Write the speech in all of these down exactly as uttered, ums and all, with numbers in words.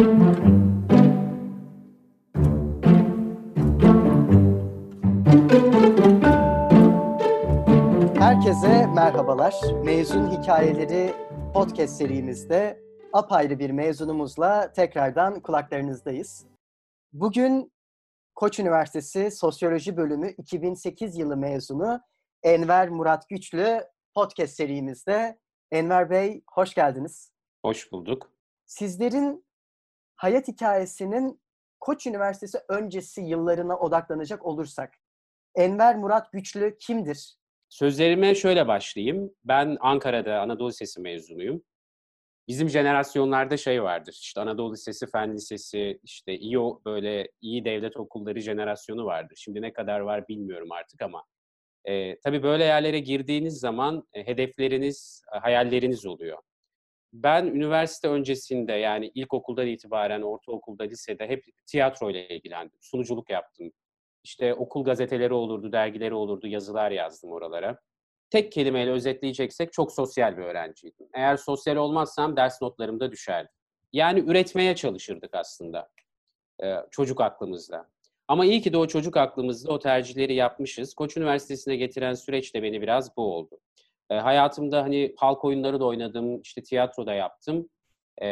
Herkese merhabalar. Mezun Hikayeleri podcast serimizde apayrı bir mezunumuzla tekrardan kulaklarınızdayız. Bugün Koç Üniversitesi Sosyoloji Bölümü iki bin sekiz yılı mezunu Enver Murat Güçlü podcast serimizde. Enver Bey, hoş geldiniz. Hoş bulduk. Sizlerin hayat hikayesinin Koç Üniversitesi öncesi yıllarına odaklanacak olursak, Enver Murat Güçlü kimdir? Sözlerime şöyle başlayayım. Ben Ankara'da Anadolu Lisesi mezunuyum. Bizim jenerasyonlarda şey vardır. İşte Anadolu Lisesi, Fen Lisesi, işte iyi o böyle iyi devlet okulları jenerasyonu vardır. Şimdi ne kadar var bilmiyorum artık ama e, tabii böyle yerlere girdiğiniz zaman e, hedefleriniz, e, hayalleriniz oluyor. Ben üniversite öncesinde yani ilkokuldan itibaren ortaokulda, lisede hep tiyatroyla ilgilendim. Sunuculuk yaptım. İşte okul gazeteleri olurdu, dergileri olurdu, yazılar yazdım oralara. Tek kelimeyle özetleyeceksek çok sosyal bir öğrenciydim. Eğer sosyal olmazsam ders notlarım da düşerdi. Yani üretmeye çalışırdık aslında e, çocuk aklımızda. Ama iyi ki de o çocuk aklımızda o tercihleri yapmışız. Koç Üniversitesi'ne getiren süreç de beni biraz bu oldu. E, hayatımda hani halk oyunları da oynadım, işte tiyatro da yaptım. E,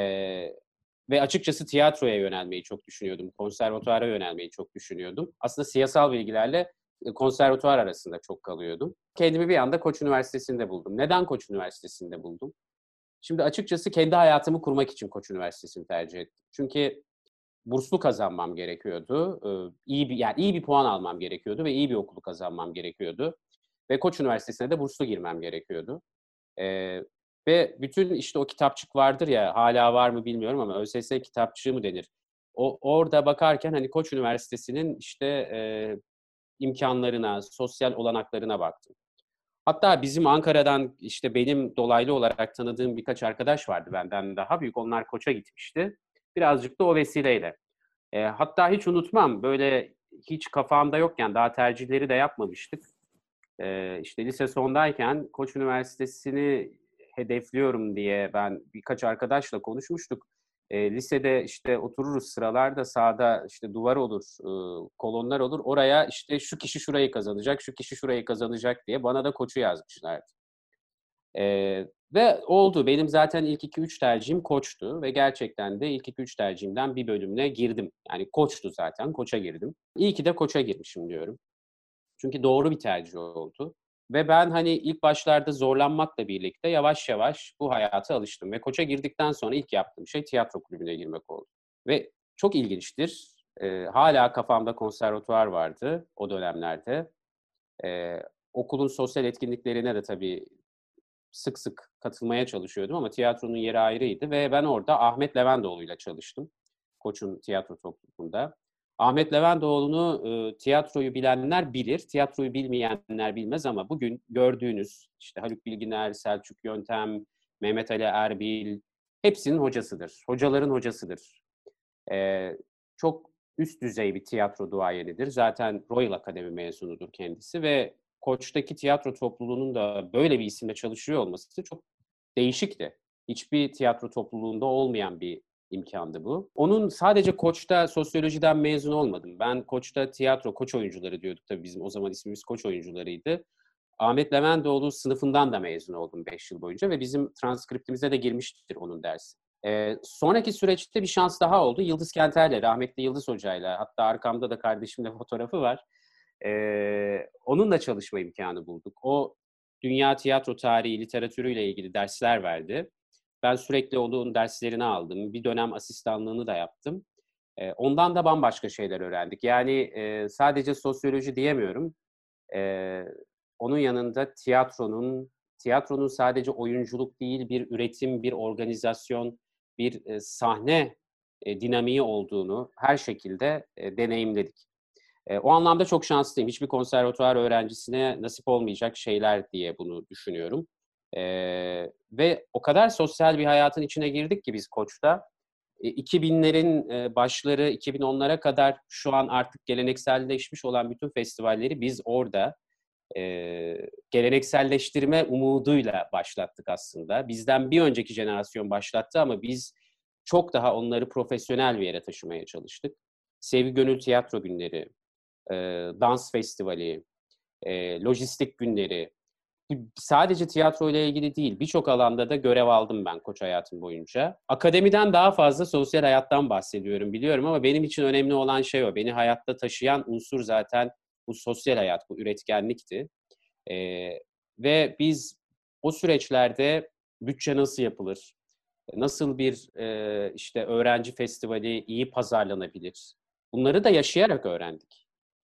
Ve açıkçası tiyatroya yönelmeyi çok düşünüyordum. Konservatuara yönelmeyi çok düşünüyordum. Aslında siyasal bilgilerle e, konservatuar arasında çok kalıyordum. Kendimi bir anda Koç Üniversitesi'nde buldum. Neden Koç Üniversitesi'nde buldum? Şimdi açıkçası kendi hayatımı kurmak için Koç Üniversitesi'ni tercih ettim. Çünkü burslu kazanmam gerekiyordu. Ee, iyi bir yani iyi bir puan almam gerekiyordu ve iyi bir okulu kazanmam gerekiyordu. Ve Koç Üniversitesi'ne de burslu girmem gerekiyordu. Ee, Ve bütün işte o kitapçık vardır ya, hala var mı bilmiyorum ama ÖSS kitapçığı mı denir? O orada bakarken hani Koç Üniversitesi'nin işte e, imkanlarına, sosyal olanaklarına baktım. Hatta bizim Ankara'dan işte benim dolaylı olarak tanıdığım birkaç arkadaş vardı benden daha büyük. Onlar Koç'a gitmişti. Birazcık da o vesileyle. E, hatta hiç unutmam, böyle hiç kafamda yokken, daha tercihleri de yapmamıştık. E, işte lise sondayken Koç Üniversitesi'ni hedefliyorum diye ben birkaç arkadaşla konuşmuştuk. E, lisede işte otururuz sıralarda, sağda işte duvar olur, e, kolonlar olur. Oraya işte şu kişi şurayı kazanacak, şu kişi şurayı kazanacak diye bana da Koç'u yazmışlardı. E, Ve oldu. Benim zaten ilk iki üç tercihim Koç'tu ve gerçekten de ilk iki üç tercihimden bir bölümüne girdim. Yani Koç'tu zaten, Koç'a girdim. İyi ki de Koç'a girmişim diyorum. Çünkü doğru bir tercih oldu. Ve ben hani ilk başlarda zorlanmakla birlikte yavaş yavaş bu hayata alıştım. Ve Koç'a girdikten sonra ilk yaptığım şey tiyatro kulübüne girmek oldu. Ve çok ilginçtir. Ee, hala kafamda konservatuvar vardı o dönemlerde. Ee, Okulun sosyal etkinliklerine de tabii sık sık katılmaya çalışıyordum ama tiyatronun yeri ayrıydı. Ve ben orada Ahmet Levendoğlu'yla çalıştım. Koç'un tiyatro topluluğunda. Ahmet Levendoğlu'nu e, tiyatroyu bilenler bilir, tiyatroyu bilmeyenler bilmez ama bugün gördüğünüz işte Haluk Bilginer, Selçuk Yöntem, Mehmet Ali Erbil hepsinin hocasıdır. Hocaların hocasıdır. E, Çok üst düzey bir tiyatro duayenidir. Zaten Royal Akademi mezunudur kendisi ve Koç'taki tiyatro topluluğunun da böyle bir isimle çalışıyor olması çok değişikti. Hiçbir tiyatro topluluğunda olmayan bir imkandı bu. Onun sadece Koç'ta sosyolojiden mezun olmadım. Ben Koç'ta tiyatro, Koç oyuncuları diyorduk tabii, bizim o zaman ismimiz Koç oyuncularıydı. Ahmet Levendoğlu sınıfından da mezun oldum beş yıl boyunca ve bizim transkriptimize de girmiştir onun dersi. Ee, sonraki süreçte bir şans daha oldu. Yıldız Kenter'le, rahmetli Yıldız Hoca'yla, hatta arkamda da kardeşimle fotoğrafı var. Ee, onunla çalışma imkanı bulduk. O dünya tiyatro tarihi, literatürüyle ilgili dersler verdi. Ben sürekli onun derslerini aldım. Bir dönem asistanlığını da yaptım. Ee, ondan da bambaşka şeyler öğrendik. Yani e, sadece sosyoloji diyemiyorum. Ee, Onun yanında tiyatronun, tiyatronun sadece oyunculuk değil, bir üretim, bir organizasyon, bir e, sahne e, dinamiği olduğunu her şekilde e, deneyimledik. E, o anlamda çok şanslıyım. Hiçbir konservatuvar öğrencisine nasip olmayacak şeyler diye bunu düşünüyorum. E, Ve o kadar sosyal bir hayatın içine girdik ki biz Koç'ta. E, iki binlerin e, başları, iki bin onlara kadar şu an artık gelenekselleşmiş olan bütün festivalleri biz orada e, gelenekselleştirme umuduyla başlattık aslında. Bizden bir önceki jenerasyon başlattı ama biz çok daha onları profesyonel bir yere taşımaya çalıştık. Sevgi Gönül Tiyatro Günleri, eee, dans festivali, eee, lojistik günleri. Sadece tiyatroyla ilgili değil, birçok alanda da görev aldım ben koç hayatım boyunca. Akademiden daha fazla sosyal hayattan bahsediyorum biliyorum ama benim için önemli olan şey o. Beni hayatta taşıyan unsur zaten bu sosyal hayat, bu üretkenlikti. Eee, ve biz o süreçlerde bütçe nasıl yapılır, nasıl bir, eee, işte, öğrenci festivali iyi pazarlanabilir, bunları da yaşayarak öğrendik.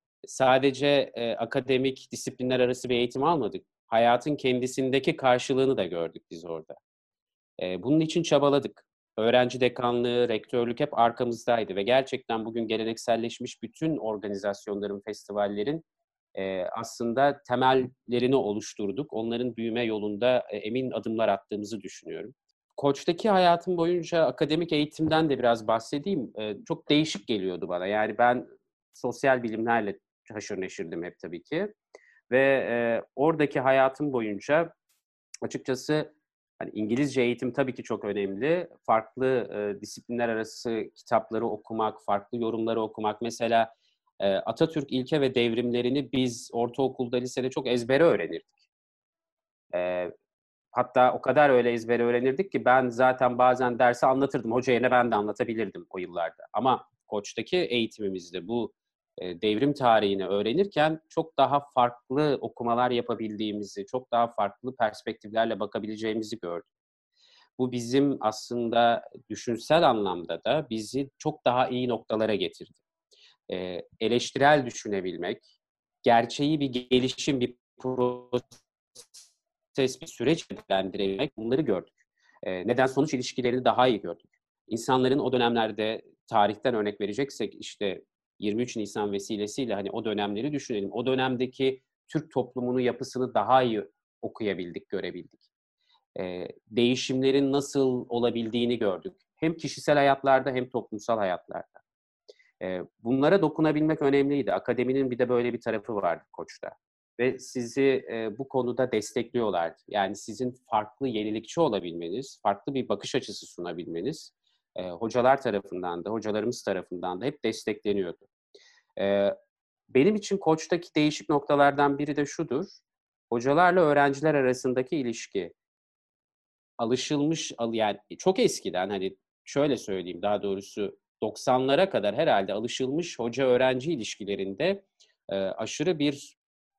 Sadece, eee, akademik, disiplinler arası bir eğitim almadık. Hayatın kendisindeki karşılığını da gördük biz orada. Eee, bunun için çabaladık. Öğrenci dekanlığı, rektörlük hep arkamızdaydı ve gerçekten bugün gelenekselleşmiş bütün organizasyonların, festivallerin, eee, aslında temellerini oluşturduk. Onların büyüme yolunda, eee, emin adımlar attığımızı düşünüyorum. Koç'taki hayatım boyunca akademik eğitimden de biraz bahsedeyim. Eee, çok değişik geliyordu bana. Yani ben sosyal bilimlerle haşır neşirdim hep tabii ki ve, eee, oradaki hayatım boyunca açıkçası, hani, İngilizce eğitim tabii ki çok önemli. Farklı, eee, disiplinler arası kitapları okumak, farklı yorumları okumak. Mesela, eee, Atatürk ilke ve devrimlerini biz ortaokulda, lisede çok ezbere öğrenirdik. Eee, hatta o kadar öyle ezbere öğrenirdik ki ben zaten bazen dersi anlatırdım. Hoca yerine ben de anlatabilirdim o yıllarda. Ama Koç'taki eğitimimizde bu, eee, devrim tarihini öğrenirken çok daha farklı okumalar yapabildiğimizi, çok daha farklı perspektiflerle bakabileceğimizi gördüm. Bu bizim aslında düşünsel anlamda da bizi çok daha iyi noktalara getirdi. Eee, eleştirel düşünebilmek, gerçeği bir gelişim, bir proses, bir süreç nitelendirebilmek, bunları gördük. Eee, neden sonuç ilişkilerini daha iyi gördük. İnsanların o dönemlerde tarihten örnek vereceksek, işte, yirmi üç Nisan vesilesiyle, hani, o dönemleri düşünelim. O dönemdeki Türk toplumunun yapısını daha iyi okuyabildik, görebildik. Eee, değişimlerin nasıl olabildiğini gördük. Hem kişisel hayatlarda hem toplumsal hayatlarda. Eee, bunlara dokunabilmek önemliydi. Akademinin bir de böyle bir tarafı vardı Koç'ta ve sizi, eee, bu konuda destekliyorlardı. Yani sizin farklı, yenilikçi olabilmeniz, farklı bir bakış açısı sunabilmeniz, eee, hocalar tarafından da, hocalarımız tarafından da hep destekleniyordu. Eee, benim için Koç'taki değişik noktalardan biri de şudur: hocalarla öğrenciler arasındaki ilişki. Alışılmış, al yani çok eskiden, hani, şöyle söyleyeyim daha doğrusu doksanlara kadar herhâlde alışılmış hoca-öğrenci ilişkilerinde, eee, aşırı bir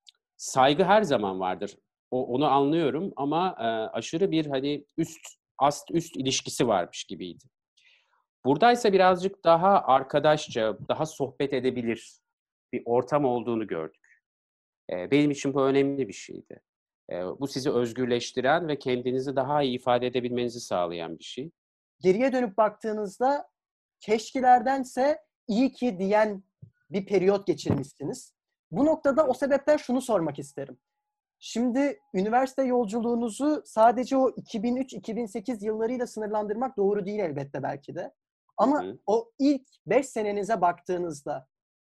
saygı her zaman vardır. O onu anlıyorum ama, eee, aşırı bir, hani, üst, ast üst ilişkisi varmış gibiydi. Buradaysa birazcık daha arkadaşça, daha sohbet edebilir bir ortam olduğunu gördük. Eee, benim için bu önemli bir şeydi. Eee, bu sizi özgürleştiren ve kendinizi daha iyi ifade edebilmenizi sağlayan bir şey. Geriye dönüp baktığınızda keşkelerdense iyi ki diyen bir periyot geçirmişsiniz. Bu noktada o sebepten şunu sormak isterim. Şimdi üniversite yolculuğunuzu sadece o iki bin üç iki bin sekiz yıllarıyla sınırlandırmak doğru değil elbette belki de. Hı Ama hı. o ilk beş senenize baktığınızda,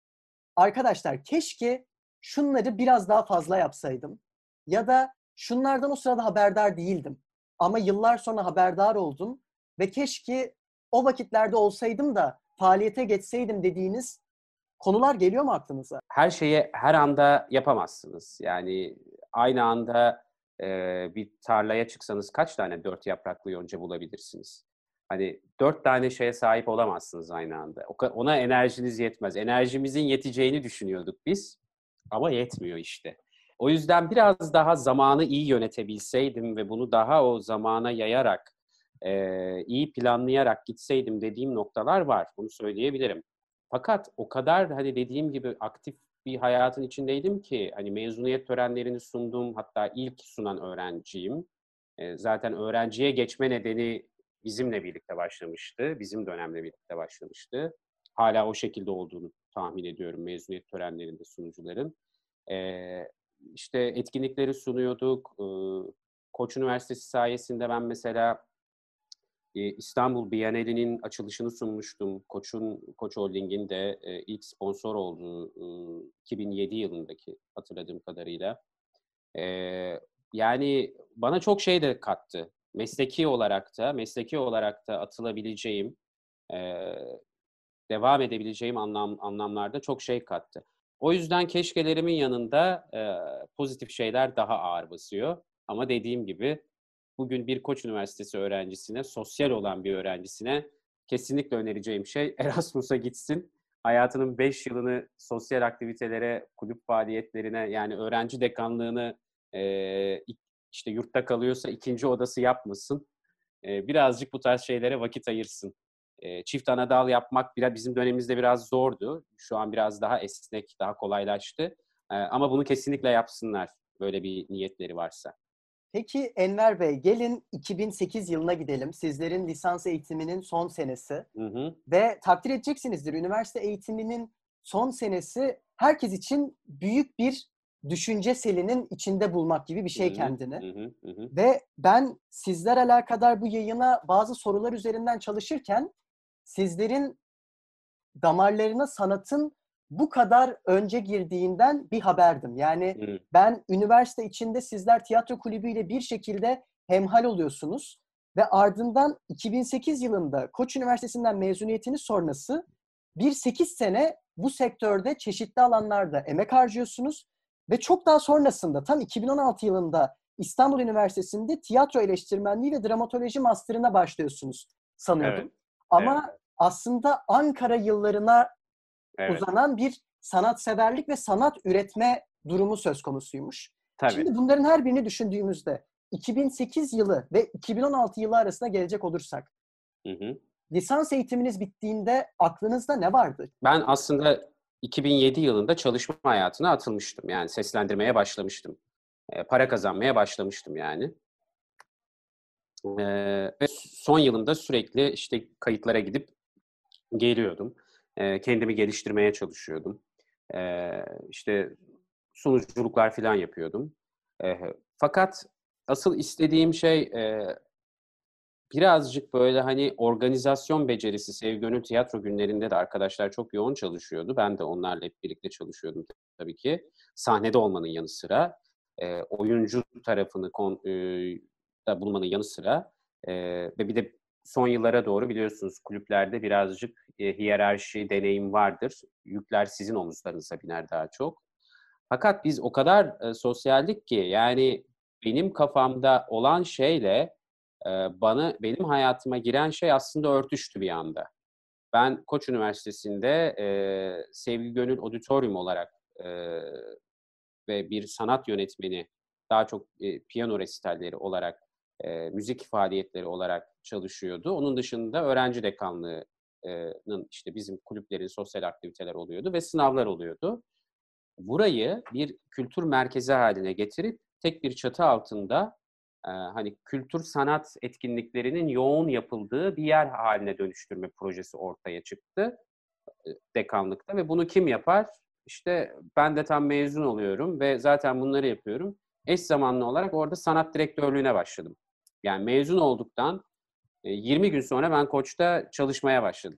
arkadaşlar keşke şunları biraz daha fazla yapsaydım ya da şunlardan o sırada haberdar değildim ama yıllar sonra haberdar oldum ve keşke o vakitlerde olsaydım da faaliyete geçseydim dediğiniz konular geliyor mu aklınıza? Her şeyi her anda yapamazsınız. Yani aynı anda, eee, bir tarlaya çıksanız kaç tane dört yapraklı yonca bulabilirsiniz? Hani dört tane şeye sahip olamazsınız aynı anda. O ka ona enerjiniz yetmez. Enerjimizin yeteceğini düşünüyorduk biz ama yetmiyor işte. O yüzden biraz daha zamanı iyi yönetebilseydim ve bunu daha o zamana yayarak, eee, iyi planlayarak gitseydim dediğim noktalar var. Bunu söyleyebilirim. Fakat o kadar, hani, dediğim gibi aktif bir hayatın içindeydim ki, hani, mezuniyet törenlerini sundum, hatta ilk sunan öğrenciyim. Eee, zaten öğrenciye geçme nedeni bizimle birlikte başlamıştı, bizim dönemle birlikte başlamıştı. Hâlâ o şekilde olduğunu tahmin ediyorum mezuniyet törenlerinde sunucuların. Eee, işte, etkinlikleri sunuyorduk. Iıı, Koç Üniversitesi sayesinde ben mesela Eee, İstanbul Bienali'nin açılışını sunmuştum. Koç'un, Koç Holding'in de, eee, ilk sponsor olduğu, ııı, iki bin yedi yılındaki hatırladığım kadarıyla. Eee, yani bana çok şey de kattı. mesleki olarak da mesleki olarak da atılabileceğim, eee, devam edebileceğim anlam anlamlarda çok şey kattı. O yüzden keşkelerimin yanında, eee, pozitif şeyler daha ağır basıyor ama dediğim gibi bugün bir Koç Üniversitesi öğrencisine, sosyal olan bir öğrencisine kesinlikle önereceğim şey Erasmus'a gitsin. Hayatının beş yılını sosyal aktivitelere, kulüp faaliyetlerine, yani öğrenci dekanlığını, eee, ik işte yurtta kalıyorsa ikinci odası yapmasın. Eee, birazcık bu tarz şeylere vakit ayırsın. Eee, çift anadal yapmak bira bizim dönemimizde biraz zordu. Şu an biraz daha esnek, daha kolaylaştı. Eee, ama bunu kesinlikle yapsınlar, böyle bir niyetleri varsa. Peki Enver Bey, gelin iki bin sekiz yılına gidelim. Sizlerin lisans eğitiminin son senesi Hı hı. ve takdir edeceksinizdir, üniversite eğitiminin son senesi herkes için büyük bir düşünce selinin içinde bulmak gibi bir Hı şey hı. kendini. Hı hı. Hı hı. Ve ben sizler alakadar bu yayına bazı sorular üzerinden çalışırken sizlerin damarlarına sanatın bu kadar önce girdiğinden bir haberdim. Yani Hı. ben üniversite içinde sizler tiyatro kulübüyle bir şekilde hemhal oluyorsunuz ve ardından iki bin sekiz yılında Koç Üniversitesi'nden mezuniyetiniz sonrası bir sekiz sene bu sektörde çeşitli alanlarda emek harcıyorsunuz ve çok daha sonrasında tam iki bin on altı yılında İstanbul Üniversitesi'nde tiyatro eleştirmenliği ve dramatoloji master'ına başlıyorsunuz Evet. sanıyordum. Evet. Ama aslında Ankara yıllarına Evet. uzanan bir sanatseverlik ve sanat üretme durumu söz konusuymuş. Tabii. Şimdi bunların her birini düşündüğümüzde iki bin sekiz yılı ve iki bin on altı yılı arasına gelecek olursak, Hı hı. lisans eğitiminiz bittiğinde aklınızda ne vardı? Ben aslında iki bin yedi yılında çalışma hayatına atılmıştım. Yani seslendirmeye başlamıştım. Eee, para kazanmaya başlamıştım yani. Eee, ve son yılında sürekli, işte, kayıtlara gidip geliyordum. Eee, kendimi geliştirmeye çalışıyordum. Eee, işte, sunuculuklar filan yapıyordum. Eee, fakat asıl istediğim şey, eee, birazcık, böyle, hani, organizasyon becerisi. Sevgönül Tiyatro Günleri'nde de arkadaşlar çok yoğun çalışıyordu. Ben de onlarla hep birlikte çalışıyordum tabii ki. Sahnede olmanın yanı sıra, eee, oyuncu tarafını kon eee, da bulmanın yanı sıra, eee, ve bir de son yıllara doğru biliyorsunuz kulüplerde birazcık, eee, hiyerarşi, deneyim vardır. Yükler sizin omuzlarınıza biner daha çok. Fakat biz o kadar, eee, sosyaldik ki, yani, benim kafamda olan şeyle, eee, bana benim hayatıma giren şey aslında örtüştü bir anda. Ben Koç Üniversitesi'nde, eee, Sevgi Gönül Auditorium olarak, eee, ve bir sanat yönetmeni, daha çok, eee, piyano resitalleri olarak, eee, müzik faaliyetleri olarak çalışıyordu. Onun dışında öğrenci dekanlığı işte, bizim kulüplerin sosyal aktiviteler oluyordu ve sınavlar oluyordu. Burayı bir kültür merkezi hâline getirip tek bir çatı altında, eee, hani, kültür sanat etkinliklerinin yoğun yapıldığı bir yer hâline dönüştürme projesi ortaya çıktı, eee, dekanlıkta ve bunu kim yapar? İşte, ben de tam mezun oluyorum ve zaten bunları yapıyorum. Eş zamanlı olarak orada sanat direktörlüğüne başladım. Yani mezun olduktan, eee, yirmi gün sonra ben Koç'ta çalışmaya başladım.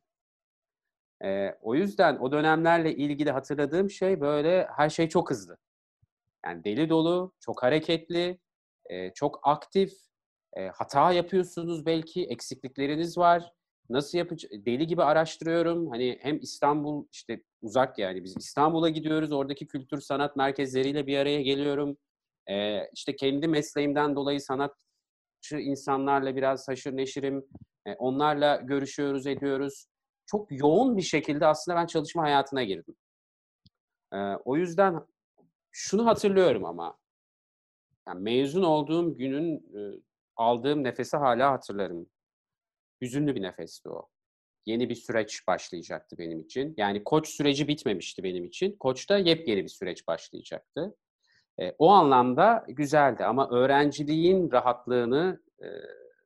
Eee, o yüzden o dönemlerle ilgili hatırladığım şey, böyle, her şey çok hızlı. Yani deli dolu, çok hareketli, eee, çok aktif, eee, hata yapıyorsunuz belki, eksiklikleriniz var. Nasıl yapıcı deli gibi araştırıyorum. Hani hem İstanbul, işte, uzak yani biz İstanbul'a gidiyoruz, oradaki kültür sanat merkezleriyle bir araya geliyorum. Eee, işte, kendi mesleğimden dolayı sanatçı insanlarla biraz haşır neşirim. Eee, onlarla görüşüyoruz, ediyoruz. Çok yoğun bir şekilde aslında ben çalışma hayatına girdim. Eee, o yüzden şunu hatırlıyorum ama, yani mezun olduğum günün, ııı, aldığım nefesi hâlâ hatırlarım. Hüzünlü bir nefesti o. Yeni bir süreç başlayacaktı benim için. Yani Koç süreci bitmemişti benim için. Koç'ta yepyeni bir süreç başlayacaktı. Eee, o anlamda güzeldi ama öğrenciliğin rahatlığını, eee,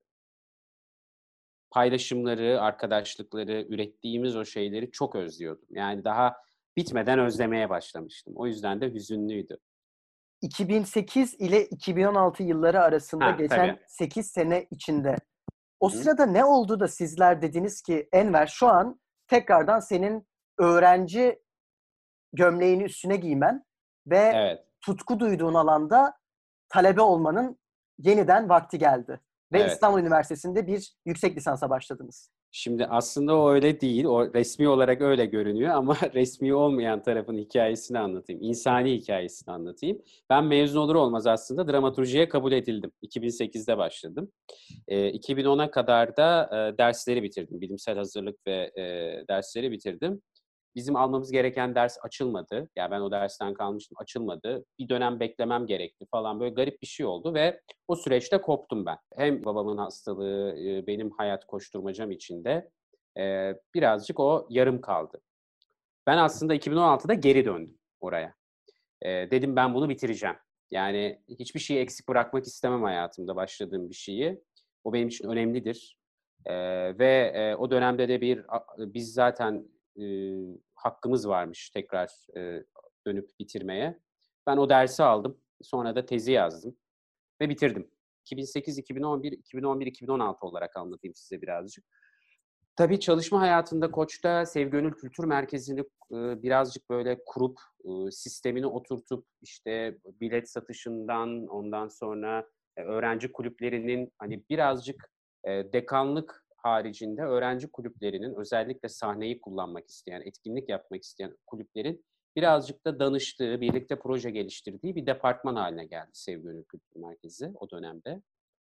paylaşımları, arkadaşlıkları, ürettiğimiz o şeyleri çok özlüyordum. Yani daha bitmeden özlemeye başlamıştım. O yüzden de hüzünlüydü. iki bin sekiz ile iki bin on altı yılları arasında Ha, tabii. geçen sekiz sene içinde Hı o hı. sırada ne oldu da sizler dediniz ki Enver şu an tekrardan senin öğrenci gömleğini üstüne giymen ve Evet. tutku duyduğun alanda talebe olmanın yeniden vakti geldi. Ve Evet. İstanbul Üniversitesi'nde bir yüksek lisansa başladınız. Şimdi aslında o öyle değil. O resmi olarak öyle görünüyor ama resmi olmayan tarafın hikayesini anlatayım. İnsani hikayesini anlatayım. Ben mezun olur olmaz aslında dramaturjiye kabul edildim. iki bin sekizde başladım. E, iki bin ona kadar da e, dersleri bitirdim. Bilimsel hazırlık ve e, dersleri bitirdim. Bizim almamız gereken ders açılmadı. Yani ben o dersten kalmıştım, açılmadı. Bir dönem beklemem gerekti falan. Böyle garip bir şey oldu ve o süreçte koptum ben. Hem babamın hastalığı, e, benim hayat koşturmacam içinde e, birazcık o yarım kaldı. Ben aslında iki bin on altıda geri döndüm oraya. E, dedim ben bunu bitireceğim. Yani hiçbir şeyi eksik bırakmak istemem hayatımda başladığım bir şeyi. O benim için önemlidir. E, ve e, o dönemde de bir biz zaten e, hakkımız varmış tekrar e, dönüp bitirmeye. Ben o dersi aldım. Sonra da tezi yazdım ve bitirdim. iki bin sekiz, iki bin on bir, iki bin on bir, iki bin on altı olarak anlatayım size birazcık. Tabii çalışma hayatında Koç'ta Sevgönül Kültür Merkezi'ni e, birazcık böyle kurup, e, sistemini oturtup, işte bilet satışından, ondan sonra e, öğrenci kulüplerinin hani birazcık e, dekanlık haricinde öğrenci kulüplerinin özellikle sahneyi kullanmak isteyen, etkinlik yapmak isteyen kulüplerin birazcık da danıştığı, birlikte proje geliştirdiği bir departman haline geldi Sevgönül Kültür Merkezi o dönemde.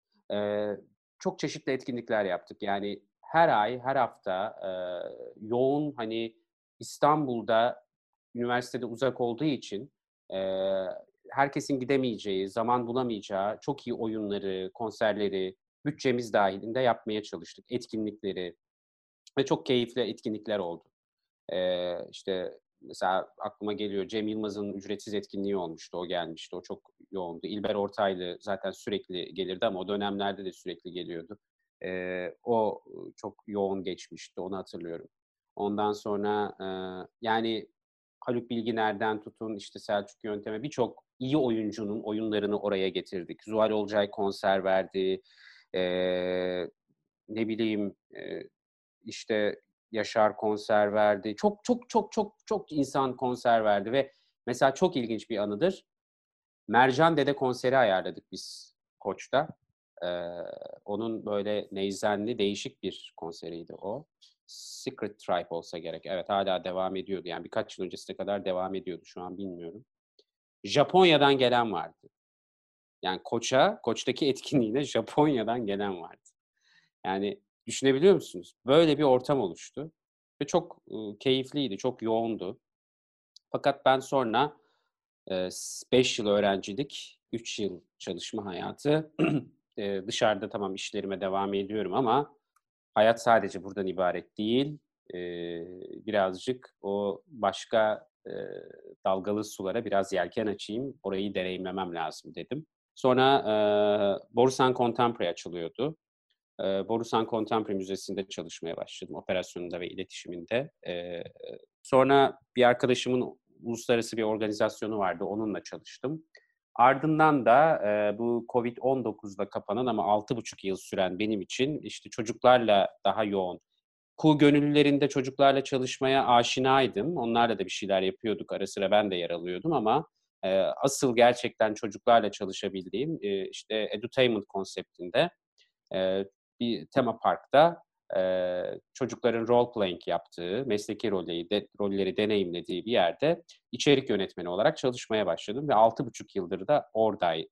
Eee, çok çeşitli etkinlikler yaptık. Yani her ay, her hafta, eee, yoğun, hani, İstanbul'da üniversitede uzak olduğu için, eee, herkesin gidemeyeceği, zaman bulamayacağı çok iyi oyunları, konserleri bütçemiz dâhilinde yapmaya çalıştık, etkinlikleri ve çok keyifli etkinlikler oldu. Eee, işte, mesela aklıma geliyor, Cem Yılmaz'ın ücretsiz etkinliği olmuştu, o gelmişti. O çok yoğundu. İlber Ortaylı zaten sürekli gelirdi ama o dönemlerde de sürekli geliyordu. Eee, o çok yoğun geçmişti, onu hatırlıyorum. Ondan sonra, eee, yani Haluk Bilginer'den tutun, işte, Selçuk Yöntem'e birçok iyi oyuncunun oyunlarını oraya getirdik. Zuhal Olcay konser verdi. Eee, ne bileyim, eee, işte, Yaşar konser verdi. Çok, çok, çok, çok, çok insan konser verdi ve mesela çok ilginç bir anıdır. Mercan Dede konseri ayarladık biz Koç'ta. Eee, onun böyle neyzenli değişik bir konseriydi o. Secret Tribe olsa gerek. Evet, hâlâ devam ediyordu. Yani birkaç yıl öncesine kadar devam ediyordu. Şu an bilmiyorum. Japonya'dan gelen vardı. Yani Koç'a, Koç'taki etkinliğine Japonya'dan gelen vardı. Yani düşünebiliyor musunuz? Böyle bir ortam oluştu ve çok, ııı, keyifliydi, çok yoğundu. Fakat ben sonra, eee, s beş yıl öğrencilik, üç yıl çalışma hayatı, eee, dışarıda tamam işlerime devam ediyorum ama hayat sadece buradan ibaret değil. Eee, birazcık o başka, eee, dalgalı sulara biraz yelken açayım, orayı deneyimlemem lazım dedim. Sonra, eee, Borusan Contemporary açılıyordu. Eee, Borusan Contemporary Müzesi'nde çalışmaya başladım, operasyonunda ve iletişiminde. Eee, sonra bir arkadaşımın uluslararası bir organizasyonu vardı, onunla çalıştım. Ardından da, eee, bu covid on dokuzda kapanan ama altı buçuk yıl süren benim için, işte, çocuklarla daha yoğun, Kuğu Gönüllülerinde çocuklarla çalışmaya aşinaydım. Onlarla da bir şeyler yapıyorduk. Ara sıra ben de yer alıyordum ama, eee, asıl gerçekten çocuklarla çalışabildiğim, eee, işte, edutainment konseptinde, eee, bir tema parkta, eee, çocukların role playing yaptığı, mesleki rolleri de rolleri deneyimlediği bir yerde içerik yönetmeni olarak çalışmaya başladım ve altı buçuk yıldır da oradaydım.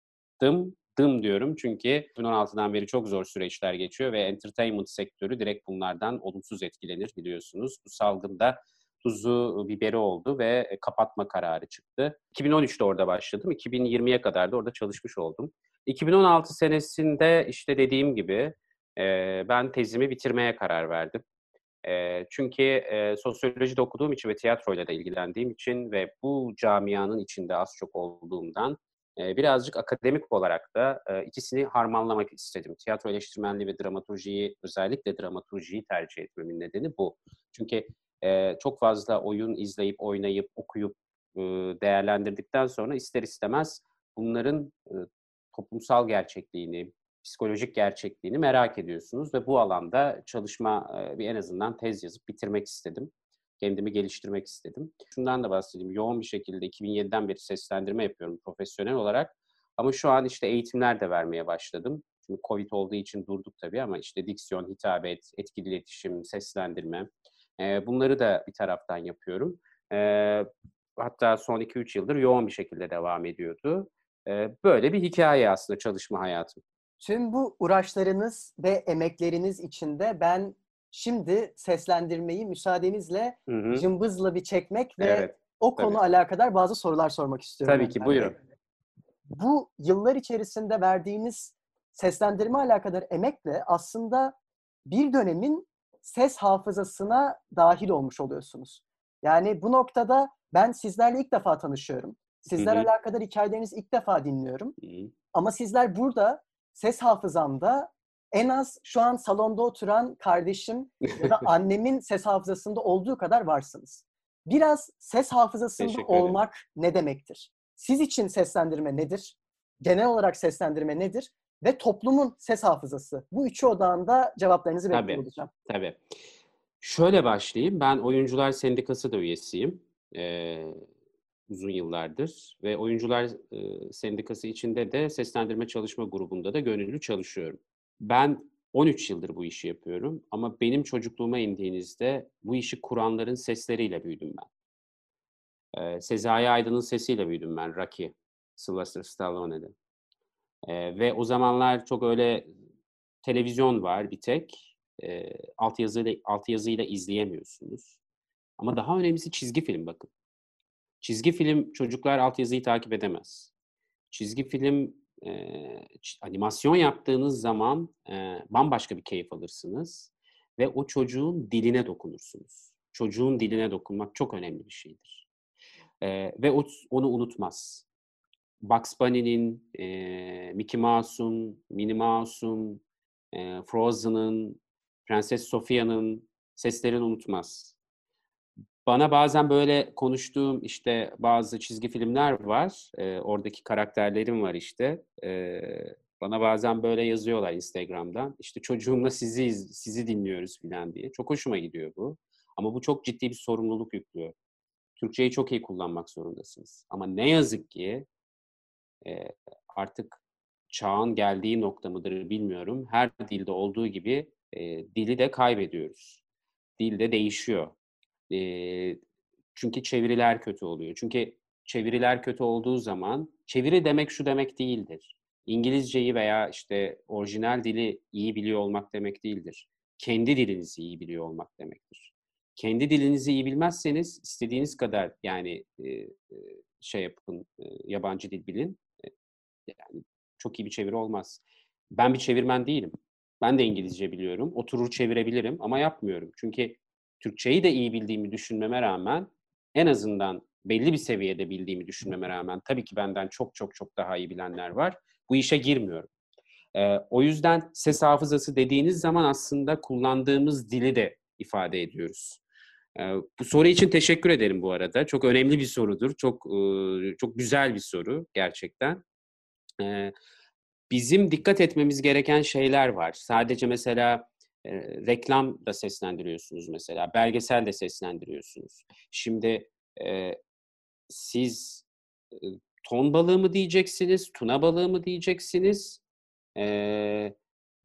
Dım diyorum çünkü iki bin on altıdan beri çok zor süreçler geçiyor ve entertainment sektörü direkt bunlardan olumsuz etkilenir biliyorsunuz. Bu salgın da tuzu biberi oldu ve, eee, kapatma kararı çıktı. iki bin on üçte orada başladım. iki bin yirmiye kadar da orada çalışmış oldum. iki bin on altı senesinde, işte, dediğim gibi, eee, ben tezimi bitirmeye karar verdim. Eee, çünkü, eee, sosyoloji de okuduğum için ve tiyatroyla da ilgilendiğim için ve bu camianın içinde az çok olduğumdan, eee, birazcık akademik olarak da, eee, ikisini harmanlamak istedim. Tiyatro eleştirmenliği ve dramaturjiyi, özellikle dramaturjiyi tercih etmemin nedeni bu. Çünkü, eee, çok fazla oyun izleyip, oynayıp, okuyup, ııı, değerlendirdikten sonra ister istemez bunların, ııı, toplumsal gerçekliğini, psikolojik gerçekliğini merak ediyorsunuz ve bu alanda çalışma, eee, bir en azından tez yazıp bitirmek istedim. Kendimi geliştirmek istedim. Şundan da bahsedeyim, yoğun bir şekilde iki bin yediden beri seslendirme yapıyorum profesyonel olarak ama şu an, işte, eğitimler de vermeye başladım. Çünkü Covid olduğu için durduk tabii ama işte diksiyon, hitabet, etkili iletişim, seslendirme, eee, bunları da bir taraftan yapıyorum. Eee, hatta son iki üç yıldır yoğun bir şekilde devam ediyordu. Eee, böyle bir hikâye aslında çalışma hayatım. Tüm bu uğraşlarınız ve emekleriniz içinde ben şimdi seslendirmeyi müsaadenizle Hı hı. cımbızla bir çekmek ve Evet, o konu tabii. alakadar bazı sorular sormak istiyorum Tabii ki, Alper Bey. buyurun. Bu yıllar içerisinde verdiğiniz seslendirme alakadar emekle aslında bir dönemin ses hafızasına dâhil olmuş oluyorsunuz. Yani bu noktada ben sizlerle ilk defa tanışıyorum. Hı Sizler hı. alakadar hikâyelerinizi ilk defa dinliyorum. Hı hı. Ama sizler burada ses hafızamda en az şu an salonda oturan kardeşim ya da annemin ses hafızasında olduğu kadar varsınız. Biraz ses hafızasında Teşekkür ederim. olmak ne demektir? Siz için seslendirme nedir? Genel olarak seslendirme nedir? Ve toplumun ses hafızası. Bu üçü odağında cevaplarınızı bekliyor Tabii, olacağım. tabii. Şöyle başlayayım, ben Oyuncular Sendikası da üyesiyim, eee, uzun yıllardır ve Oyuncular, ııı, Sendikası içinde de Seslendirme Çalışma Grubu'nda da gönüllü çalışıyorum. Ben on üç yıldır bu işi yapıyorum ama benim çocukluğuma indiğinizde bu işi kuranların sesleriyle büyüdüm ben. Eee, Sezai Aydın'ın sesiyle büyüdüm ben, Rocky, Sylvester Stallone'de. Eee, ve o zamanlar çok öyle televizyon var bir tek. Eee, altyazıyla altyazıyla izleyemiyorsunuz. Ama daha önemlisi çizgi film bakın. Çizgi film çocuklar altyazıyı takip edemez. Çizgi film, eee, ç animasyon yaptığınız zaman, eee, bambaşka bir keyif alırsınız ve o çocuğun diline dokunursunuz. Çocuğun diline dokunmak çok önemli bir şeydir, eee, ve o onu unutmaz. Bugs Bunny'nin, eee, Mickey Mouse'un, Minnie Mouse'un, eee, Frozen'ın, Prenses Sophia'nın seslerini unutmaz. Bana bazen böyle konuştuğum, işte, bazı çizgi filmler var. Eee, oradaki karakterlerim var, işte. Eee, bana bazen böyle yazıyorlar Instagram'dan. İşte, "Çocuğumla sizi iz sizi dinliyoruz." filan diye. Çok hoşuma gidiyor bu ama bu çok ciddi bir sorumluluk yüklüyor. Türkçeyi çok iyi kullanmak zorundasınız ama ne yazık ki Eee, artık çağın geldiği nokta mıdır bilmiyorum. Her dilde olduğu gibi, eee, dili de kaybediyoruz. Dil de değişiyor. Eee, çünkü çeviriler kötü oluyor. Çünkü çeviriler kötü olduğu zaman çeviri demek şu demek değildir. İngilizceyi veya, işte, orijinal dili iyi biliyor olmak demek değildir. Kendi dilinizi iyi biliyor olmak demektir. Kendi dilinizi iyi bilmezseniz istediğiniz kadar, yani, eee, şey yapın, eee, yabancı dil bilin. Yani, çok iyi bir çeviri olmaz. Ben bir çevirmen değilim. Ben de İngilizce biliyorum. Oturur çevirebilirim ama yapmıyorum. Çünkü Türkçeyi de iyi bildiğimi düşünmeme rağmen, en azından belli bir seviyede bildiğimi düşünmeme rağmen, tabii ki benden çok çok çok daha iyi bilenler var. Bu işe girmiyorum. Eee, o yüzden ses hafızası dediğiniz zaman aslında kullandığımız dili de ifade ediyoruz. Eee, bu soru için teşekkür ederim bu arada. Çok önemli bir sorudur. Çok, ııı, çok güzel bir soru gerçekten. Eee, bizim dikkat etmemiz gereken şeyler var. Sadece mesela, eee, reklam da seslendiriyorsunuz mesela, belgesel de seslendiriyorsunuz. Şimdi, eee, siz, ııı, ton balığı mı diyeceksiniz, tuna balığı mı diyeceksiniz? Eee,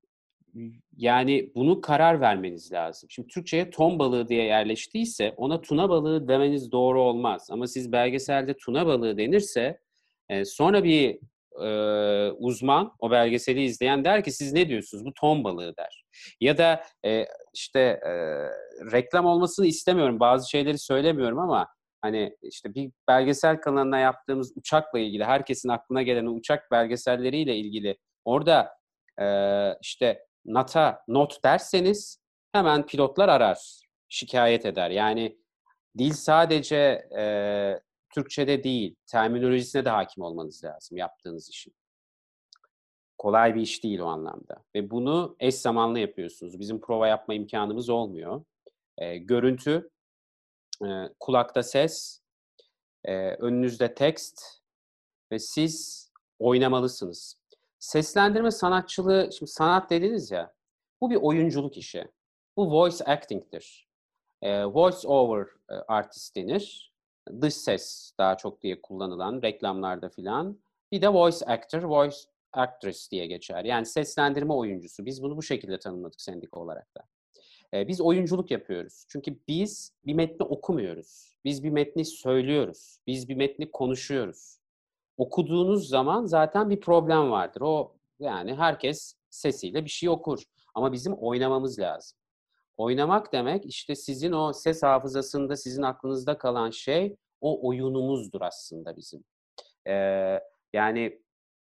yani bunu karar vermeniz lazım. Şimdi Türkçeye ton balığı diye yerleştiyse ona tuna balığı demeniz doğru olmaz ama siz belgeselde tuna balığı denirse, eee, sonra bir, eee, uzman, o belgeseli izleyen der ki, "Siz ne diyorsunuz? Bu ton balığı." der. Ya da, eee, işte, eee, reklam olmasını istemiyorum, bazı şeyleri söylemiyorum ama, hani, işte, bir belgesel kanalına yaptığımız uçakla ilgili, herkesin aklına gelen o uçak belgeselleriyle ilgili orada, eee, işte, NAT'a not derseniz hemen pilotlar arar, şikâyet eder. Yani dil sadece, eee, Türkçede değil, terminolojisine de hâkim olmanız lazım yaptığınız işin. Kolay bir iş değil o anlamda ve bunu eş zamanlı yapıyorsunuz. Bizim prova yapma imkânımız olmuyor. Eee, görüntü, eee, kulakta ses, eee, önünüzde tekst ve siz oynamalısınız. Seslendirme sanatçılığı, şimdi sanat dediniz ya, bu bir oyunculuk işi. Bu voice acting'tir. Eee, voice over, eee, artist denir. Dış ses daha çok diye kullanılan reklamlarda filan. Bir de voice actor, voice actress diye geçer. Yani seslendirme oyuncusu. Biz bunu bu şekilde tanımladık sendika olarak da. Ee, biz oyunculuk yapıyoruz. Çünkü biz bir metni okumuyoruz. Biz bir metni söylüyoruz. Biz bir metni konuşuyoruz. Okuduğunuz zaman zaten bir problem vardır. O yani herkes sesiyle bir şey okur. Ama bizim oynamamız lazım. Oynamak demek işte sizin o ses hafızasında, sizin aklınızda kalan şey o oyunumuzdur aslında bizim. Ee, yani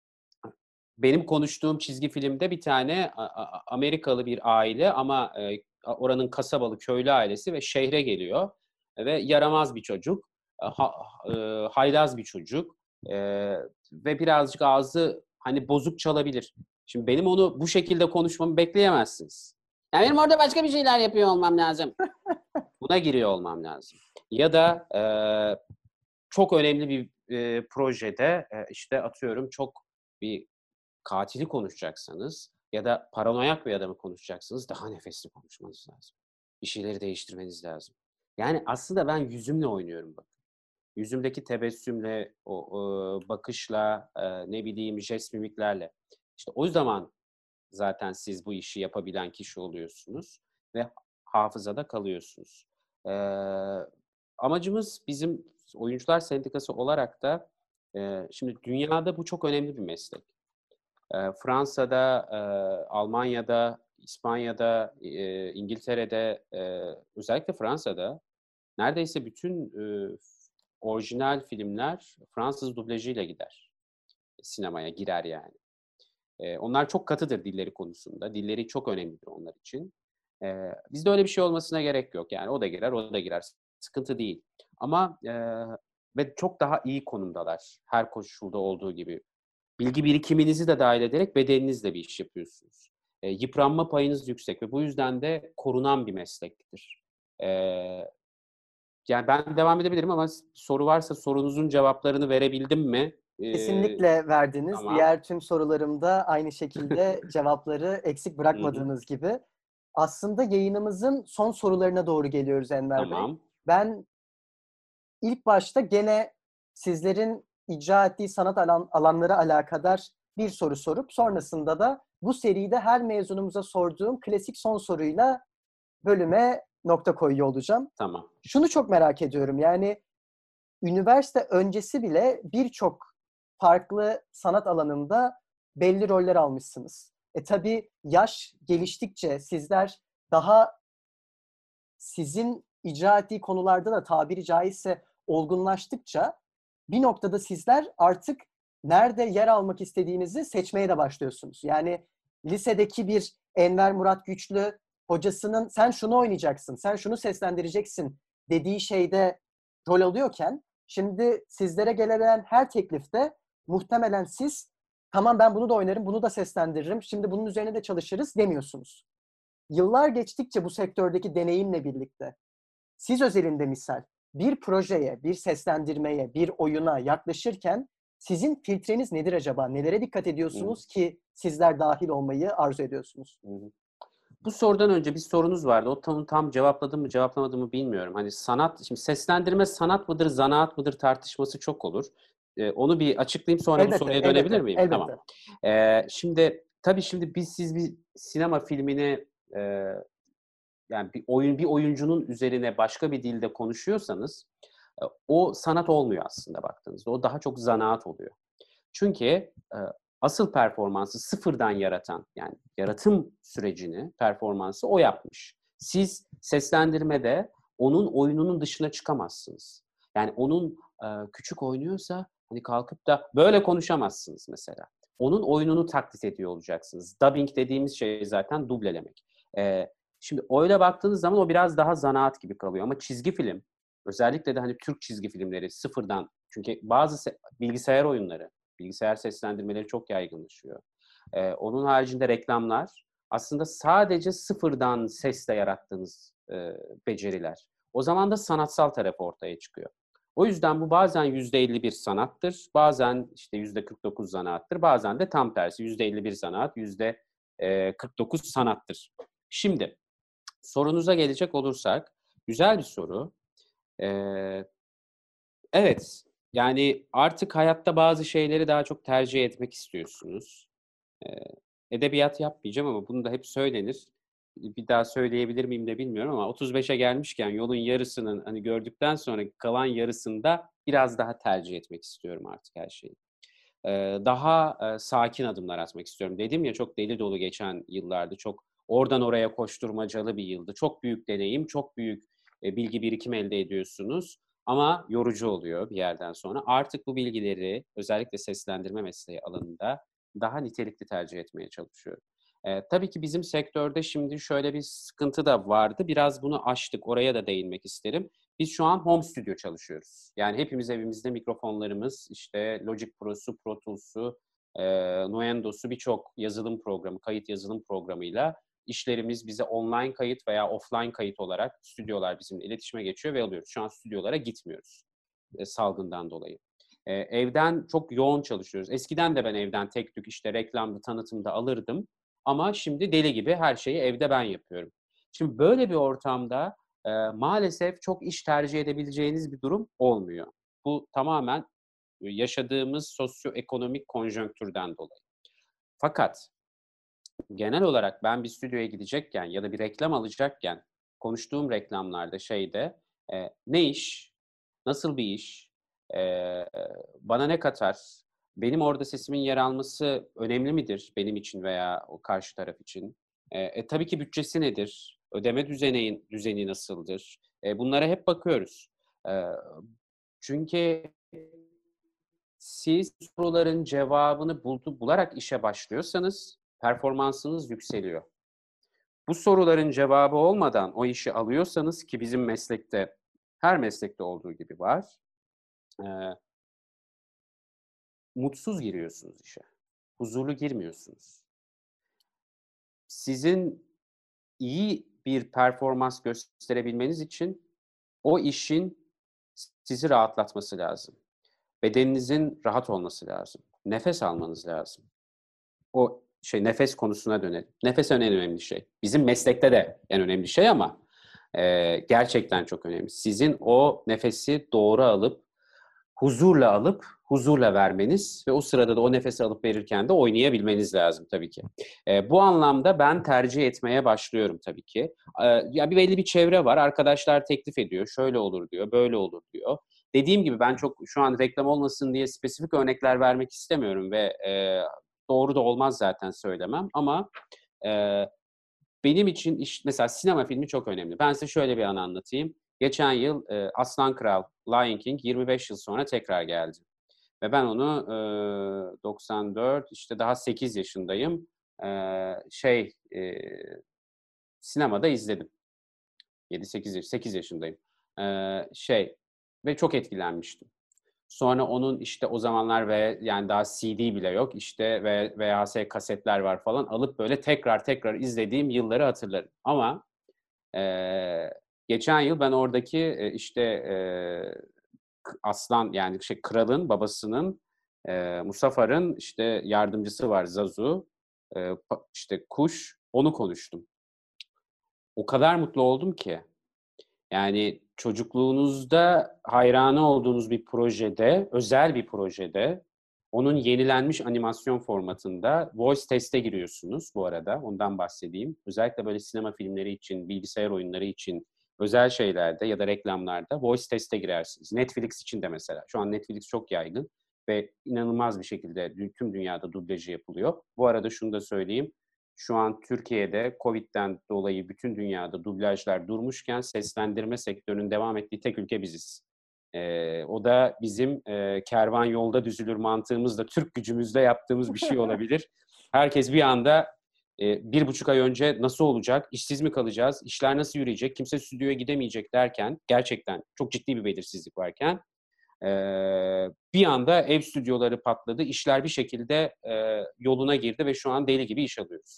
benim konuştuğum çizgi filmde bir tane Amerikalı bir aile ama e, oranın kasabalı köylü ailesi ve şehre geliyor ve yaramaz bir çocuk, ha, e, haylaz bir çocuk e, ve birazcık ağzı hani bozuk çalabilir. Şimdi benim onu bu şekilde konuşmamı bekleyemezsiniz. Yani benim orada başka bir şeyler yapıyor olmam lazım. Buna giriyor olmam lazım. Ya da e, çok önemli bir e, projede e, işte atıyorum çok bir katili konuşacaksanız ya da paranoyak bir adamı konuşacaksınız daha nefesli konuşmanız lazım. Bir şeyleri değiştirmeniz lazım. Yani aslında ben yüzümle oynuyorum bakın. Yüzümdeki tebessümle, o, o bakışla, e, ne bileyim jest mimiklerle. İşte o zaman zaten siz bu işi yapabilen kişi oluyorsunuz ve hafızada kalıyorsunuz. Ee, amacımız bizim Oyuncular Sendikası olarak da e, şimdi dünyada bu çok önemli bir meslek. E, Fransa'da, e, Almanya'da, İspanya'da, e, İngiltere'de, e, özellikle Fransa'da neredeyse bütün e, orijinal filmler Fransız dublajıyla gider. Sinemaya girer yani. E, onlar çok katıdır dilleri konusunda. Dilleri çok önemlidir onlar için. E, bizde öyle bir şey olmasına gerek yok. Yani o da girer, o da girer. Sıkıntı değil. Ama e, ve çok daha iyi konumdalar. Her koşulda olduğu gibi. Bilgi birikiminizi de dahil ederek bedeninizle bir iş yapıyorsunuz. E, yıpranma payınız yüksek ve bu yüzden de korunan bir meslektir. E, yani ben devam edebilirim ama soru varsa sorunuzun cevaplarını verebildim mi? E, Kesinlikle verdiniz. tamam. Diğer tüm sorularımda aynı şekilde cevapları eksik Hı hı. bırakmadığınız gibi. Aslında yayınımızın son sorularına doğru geliyoruz Enver Bey. Tamam. Ben ilk başta gene sizlerin icra ettiği sanat alan, alanları alakadar bir soru sorup sonrasında da bu seride her mezunumuza sorduğum klasik son soruyla bölüme nokta koyuyor olacağım. Tamam. Şunu çok merak ediyorum. Yani üniversite öncesi bile birçok farklı sanat alanında belli roller almışsınız. E tabii yaş geliştikçe sizler daha sizin icra ettiği konularda da tabiri caizse olgunlaştıkça bir noktada sizler artık nerede yer almak istediğinizi seçmeye de başlıyorsunuz. Yani lisedeki bir Enver Murat Güçlü hocasının sen şunu oynayacaksın, sen şunu seslendireceksin dediği şeyde rol alıyorken şimdi sizlere gelen her teklifte muhtemelen siz tamam ben bunu da oynarım, bunu da seslendiririm, şimdi bunun üzerine de çalışırız demiyorsunuz. Yıllar geçtikçe bu sektördeki deneyimle birlikte siz özelinde misal bir projeye, bir seslendirmeye, bir oyuna yaklaşırken sizin filtreniz nedir acaba? Nelere dikkat Hı ediyorsunuz ki sizler dahil olmayı arzu ediyorsunuz? hı. Bu sorudan önce bir sorunuz vardı. O tam, tam cevapladım mı cevaplamadım mı bilmiyorum. Hani sanat, şimdi seslendirme sanat mıdır, zanaat mıdır tartışması çok olur. Ee, onu bir açıklayayım sonra bu Elbette, soruya dönebilir elbette, miyim? Tamam. elbette. Ee, şimdi tabii şimdi biz siz bir sinema filmini e, yani bir oyun bir oyuncunun üzerine başka bir dilde konuşuyorsanız e, o sanat olmuyor aslında baktığınızda. O daha çok zanaat oluyor. Çünkü e, asıl performansı sıfırdan yaratan, yani yaratım sürecini, performansı o yapmış. Siz seslendirmede onun oyununun dışına çıkamazsınız. Yani onun e, küçük oynuyorsa hani kalkıp da böyle konuşamazsınız mesela. Onun oyununu taklit ediyor olacaksınız. Dubbing dediğimiz şey zaten dublelemek. E, şimdi öyle baktığınız zaman o biraz daha zanaat gibi kalıyor. Ama çizgi film, özellikle de hani Türk çizgi filmleri sıfırdan, çünkü bazı se- bilgisayar oyunları, bilgisayar seslendirmeleri çok yaygınlaşıyor. Ee, onun haricinde reklamlar aslında sadece sıfırdan sesle yarattığınız e, beceriler. O zaman da sanatsal tarafı ortaya çıkıyor. O yüzden bu bazen yüzde elli bir sanattır, bazen işte yüzde kırk dokuz zanaattır, bazen de tam tersi yüzde elli bir zanaat, yüzde kırk dokuz sanattır. Şimdi sorunuza gelecek olursak, güzel bir soru. Ee, evet, yani artık hayatta bazı şeyleri daha çok tercih etmek istiyorsunuz. Eee, edebiyat yapmayacağım ama bunu da hep söylenir. Bir daha söyleyebilir miyim de bilmiyorum ama otuz beşe gelmişken yolun yarısının, hani, gördükten sonra kalan yarısında biraz daha tercih etmek istiyorum artık her şeyi. Eee, daha, eee, sakin adımlar atmak istiyorum. Dedim ya, çok deli dolu geçen yıllardı. Çok oradan oraya koşturmacalı bir yıldı. Çok büyük deneyim, çok büyük, eee, bilgi birikimi elde ediyorsunuz ama yorucu oluyor bir yerden sonra. Artık bu bilgileri özellikle seslendirme mesleği alanında daha nitelikli tercih etmeye çalışıyorum. Eee, tabii ki bizim sektörde şimdi şöyle bir sıkıntı da vardı. Biraz bunu aştık. Oraya da değinmek isterim. Biz şu an home studio çalışıyoruz. Yani hepimiz evimizde mikrofonlarımız, işte Logic Pro'su, Pro Tools'u, eee, Nuendo'su birçok yazılım programı, kayıt yazılım programıyla işlerimiz bize online kayıt veya offline kayıt olarak stüdyolar bizimle iletişime geçiyor ve alıyoruz. Şu an stüdyolara gitmiyoruz eee, salgından dolayı. Eee, evden çok yoğun çalışıyoruz. Eskiden de ben evden tek tük işte reklamda, tanıtımda alırdım ama şimdi deli gibi her şeyi evde ben yapıyorum. Şimdi böyle bir ortamda Eee, maalesef çok iş tercih edebileceğiniz bir durum olmuyor. Bu tamamen yaşadığımız sosyoekonomik konjonktürden dolayı. Fakat genel olarak ben bir stüdyoya gidecekken ya da bir reklam alacakken konuştuğum reklamlarda şeyde, eee, ne iş, nasıl bir iş, eee, bana ne katar, benim orada sesimin yer alması önemli midir benim için veya o karşı taraf için? Eee, e, tabii ki bütçesi nedir, ödeme düzeni düzeni nasıldır? Eee, bunlara hep bakıyoruz. Eee, çünkü siz soruların cevabını buldu bularak işe başlıyorsanız performansınız yükseliyor. Bu soruların cevabı olmadan o işi alıyorsanız ki bizim meslekte, her meslekte olduğu gibi var, eee, mutsuz giriyorsunuz işe. Huzurlu girmiyorsunuz. Sizin iyi bir performans gösterebilmeniz için o işin sizi rahatlatması lazım. Bedeninizin rahat olması lazım. Nefes almanız lazım. O şey nefes konusuna dönelim. Nefes en önemli şey. Bizim meslekte de en önemli şey ama eee, gerçekten çok önemli. Sizin o nefesi doğru alıp, huzurla alıp, huzurla vermeniz ve o sırada da o nefesi alıp verirken de oynayabilmeniz lazım tabii ki. Eee, bu anlamda ben tercih etmeye başlıyorum tabii ki. Eee, ya bir belli bir çevre var. Arkadaşlar teklif ediyor. Şöyle olur diyor, böyle olur diyor. Dediğim gibi ben çok şu an reklam olmasın diye spesifik örnekler vermek istemiyorum ve eee, doğru da olmaz zaten söylemem ama eee, benim için iş mesela sinema filmi çok önemli. Ben size şöyle bir anı anlatayım. Geçen yıl, eee, Aslan Kral, Lion King yirmi beş yıl sonra tekrar geldi ve ben onu, eee, doksan dört işte daha sekiz yaşındayım. Eee, şey, eee, sinemada izledim. yedi sekiz yaş sekiz yaşındayım. Eee, şey ve çok etkilenmiştim. Sonra onun, işte, o zamanlar ve yani daha C D bile yok, işte, ve V H S kasetler var falan. Alıp böyle tekrar tekrar izlediğim yılları hatırlarım. Ama, eee, geçen yıl ben oradaki, eee, işte, eee, k aslan yani şey kralın babasının, eee, Musafar'ın, işte, yardımcısı var Zazu, eee, pa işte, kuş, onu konuştum. O kadar mutlu oldum ki. Yani çocukluğunuzda hayranı olduğunuz bir projede, özel bir projede, onun yenilenmiş animasyon formatında voice test'e giriyorsunuz bu arada, ondan bahsedeyim. Özellikle böyle sinema filmleri için, bilgisayar oyunları için, özel şeylerde ya da reklamlarda voice test'e girersiniz. Netflix için de mesela. Şu an Netflix çok yaygın ve inanılmaz bir şekilde dü tüm dünyada dublajı yapılıyor. Bu arada şunu da söyleyeyim, şu an Türkiye'de COVID'den dolayı bütün dünyada dublajlar durmuşken seslendirme sektörünün devam ettiği tek ülke biziz. Eee, o da bizim, eee, kervan yolda düzülür mantığımızla, Türk gücümüzle yaptığımız bir şey olabilir. Herkes bir anda, eee, bir buçuk ay önce nasıl olacak, işsiz mi kalacağız, işler nasıl yürüyecek, kimse stüdyoya gidemeyecek derken, gerçekten çok ciddi bir belirsizlik varken, eee, bir anda ev stüdyoları patladı, işler bir şekilde, eee, yoluna girdi ve şu an deli gibi iş alıyoruz.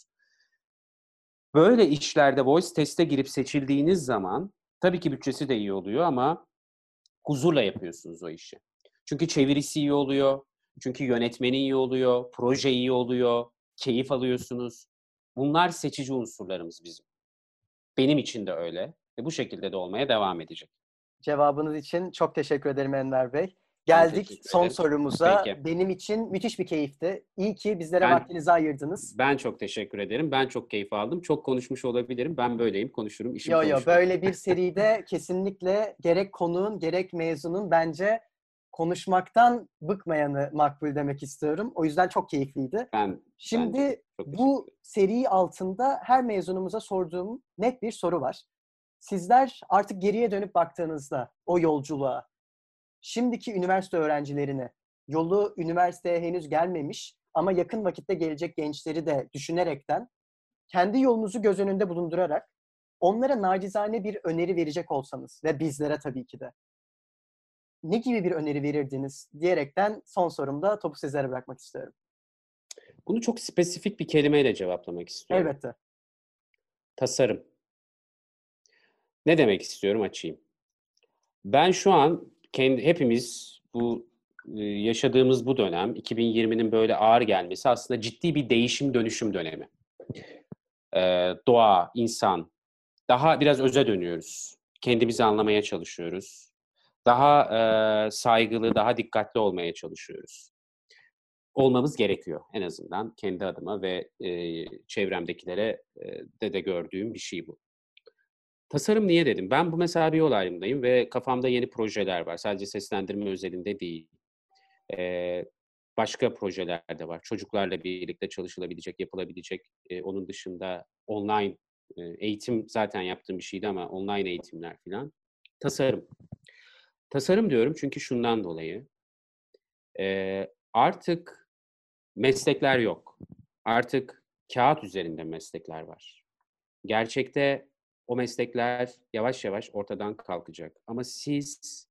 Böyle işlerde voice test'e girip seçildiğiniz zaman tabii ki bütçesi de iyi oluyor ama huzurla yapıyorsunuz o işi. Çünkü çevirisi iyi oluyor, çünkü yönetmeni iyi oluyor, proje iyi oluyor, keyif alıyorsunuz. Bunlar seçici unsurlarımız bizim. Benim için de öyle ve bu şekilde de olmaya devam edecek. Cevabınız için çok teşekkür ederim Enver Bey. Geldik son ederim. sorumuza. Peki. Benim için müthiş bir keyifti. İyi ki bizlere Ben, vaktinizi ayırdınız. Ben çok teşekkür ederim. Ben çok keyif aldım. Çok konuşmuş olabilirim. Ben böyleyim. Konuşurum. İşim Yo yo konuşmak. böyle bir seride kesinlikle gerek konuğun gerek mezunun bence konuşmaktan bıkmayanı makbul demek istiyorum. O yüzden çok keyifliydi. Ben, Şimdi ben çok bu seri altında her mezunumuza sorduğum net bir soru var. Sizler artık geriye dönüp baktığınızda o yolculuğa, şimdiki üniversite öğrencilerine, yolu üniversiteye henüz gelmemiş ama yakın vakitte gelecek gençleri de düşünerekten, kendi yolunuzu göz önünde bulundurarak onlara nacizane bir öneri verecek olsanız ve bizlere tabii ki de ne gibi bir öneri verirdiniz diyerekten son sorumda topu sizlere bırakmak istiyorum. Bunu çok spesifik bir kelimeyle cevaplamak istiyorum. Elbette. Tasarım. Ne demek istiyorum? Açayım. Ben şu an kendi hepimiz bu yaşadığımız bu dönem iki bin yirminin böyle ağır gelmesi aslında ciddi bir değişim dönüşüm dönemi. Ee, doğa, insan daha biraz öze dönüyoruz. Kendimizi anlamaya çalışıyoruz. Daha e, saygılı, daha dikkatli olmaya çalışıyoruz. Olmamız gerekiyor en azından kendi adıma ve e, çevremdekilere e, de de gördüğüm bir şey bu. Tasarım niye dedim? Ben bu mesela bir yol ayrımındayım ve kafamda yeni projeler var. Sadece seslendirme özelinde değil. Ee, başka projeler de var. Çocuklarla birlikte çalışılabilecek, yapılabilecek. Ee, onun dışında online e, eğitim zaten yaptığım bir şeydi ama online eğitimler falan. Tasarım. Tasarım diyorum çünkü şundan dolayı. E, artık meslekler yok. Artık kağıt üzerinde meslekler var. Gerçekte o meslekler yavaş yavaş ortadan kalkacak. Ama siz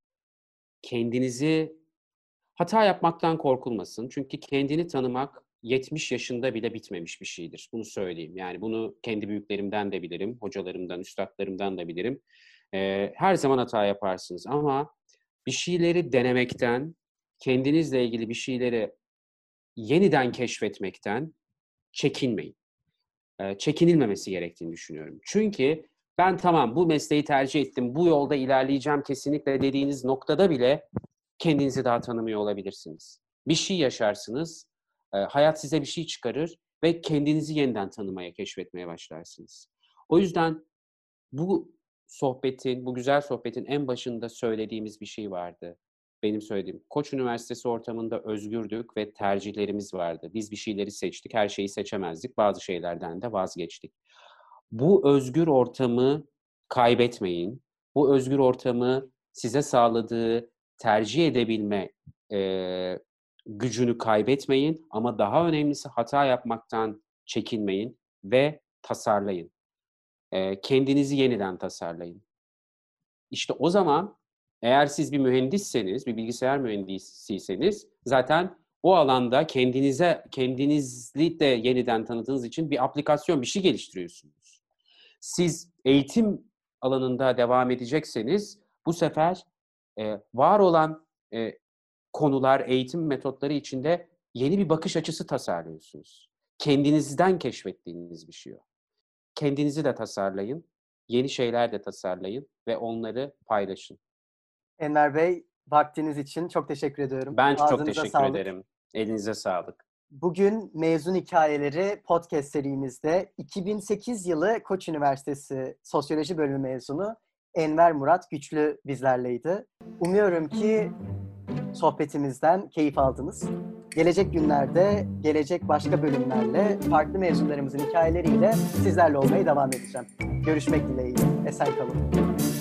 kendinizi, hata yapmaktan korkulmasın. Çünkü kendini tanımak yetmiş yaşında bile bitmemiş bir şeydir. Bunu söyleyeyim. Yani bunu kendi büyüklerimden de bilirim, hocalarımdan, üstadlarımdan da bilirim. Ee, her zaman hata yaparsınız ama bir şeyleri denemekten, kendinizle ilgili bir şeyleri yeniden keşfetmekten çekinmeyin. Ee, çekinilmemesi gerektiğini düşünüyorum. Çünkü ben tamam bu mesleği tercih ettim, bu yolda ilerleyeceğim kesinlikle dediğiniz noktada bile kendinizi daha tanımıyor olabilirsiniz. Bir şey yaşarsınız, e, hayat size bir şey çıkarır ve kendinizi yeniden tanımaya, keşfetmeye başlarsınız. O yüzden bu sohbetin, bu güzel sohbetin en başında söylediğimiz bir şey vardı. Benim söylediğim, Koç Üniversitesi ortamında özgürdük ve tercihlerimiz vardı. Biz bir şeyleri seçtik, her şeyi seçemezdik. Bazı şeylerden de vazgeçtik. Bu özgür ortamı kaybetmeyin. Bu özgür ortamı size sağladığı tercih edebilme e, gücünü kaybetmeyin. Ama daha önemlisi hata yapmaktan çekinmeyin ve tasarlayın. E, kendinizi yeniden tasarlayın. İşte o zaman eğer siz bir mühendisseniz, bir bilgisayar mühendisiyseniz zaten o alanda kendinize, kendinizi de yeniden tanıdığınız için bir aplikasyon, bir şey geliştiriyorsunuz. Siz eğitim alanında devam edecekseniz bu sefer e, var olan e, konular, eğitim metotları içinde yeni bir bakış açısı tasarlıyorsunuz. Kendinizden keşfettiğiniz bir şey o. Kendinizi de tasarlayın, yeni şeyler de tasarlayın ve onları paylaşın. Enver Bey, vaktiniz için çok teşekkür ediyorum. Ben çok Ağzınıza teşekkür sağlık. ederim. Elinize sağlık. Bugün Mezun Hikayeleri podcast serimizde iki bin sekiz yılı Koç Üniversitesi Sosyoloji Bölümü mezunu Enver Murat Güçlü bizlerleydi. Umuyorum ki sohbetimizden keyif aldınız. Gelecek günlerde, gelecek başka bölümlerle, farklı mezunlarımızın hikayeleriyle sizlerle olmaya devam edeceğim. Görüşmek dileğiyle. Esen kalın.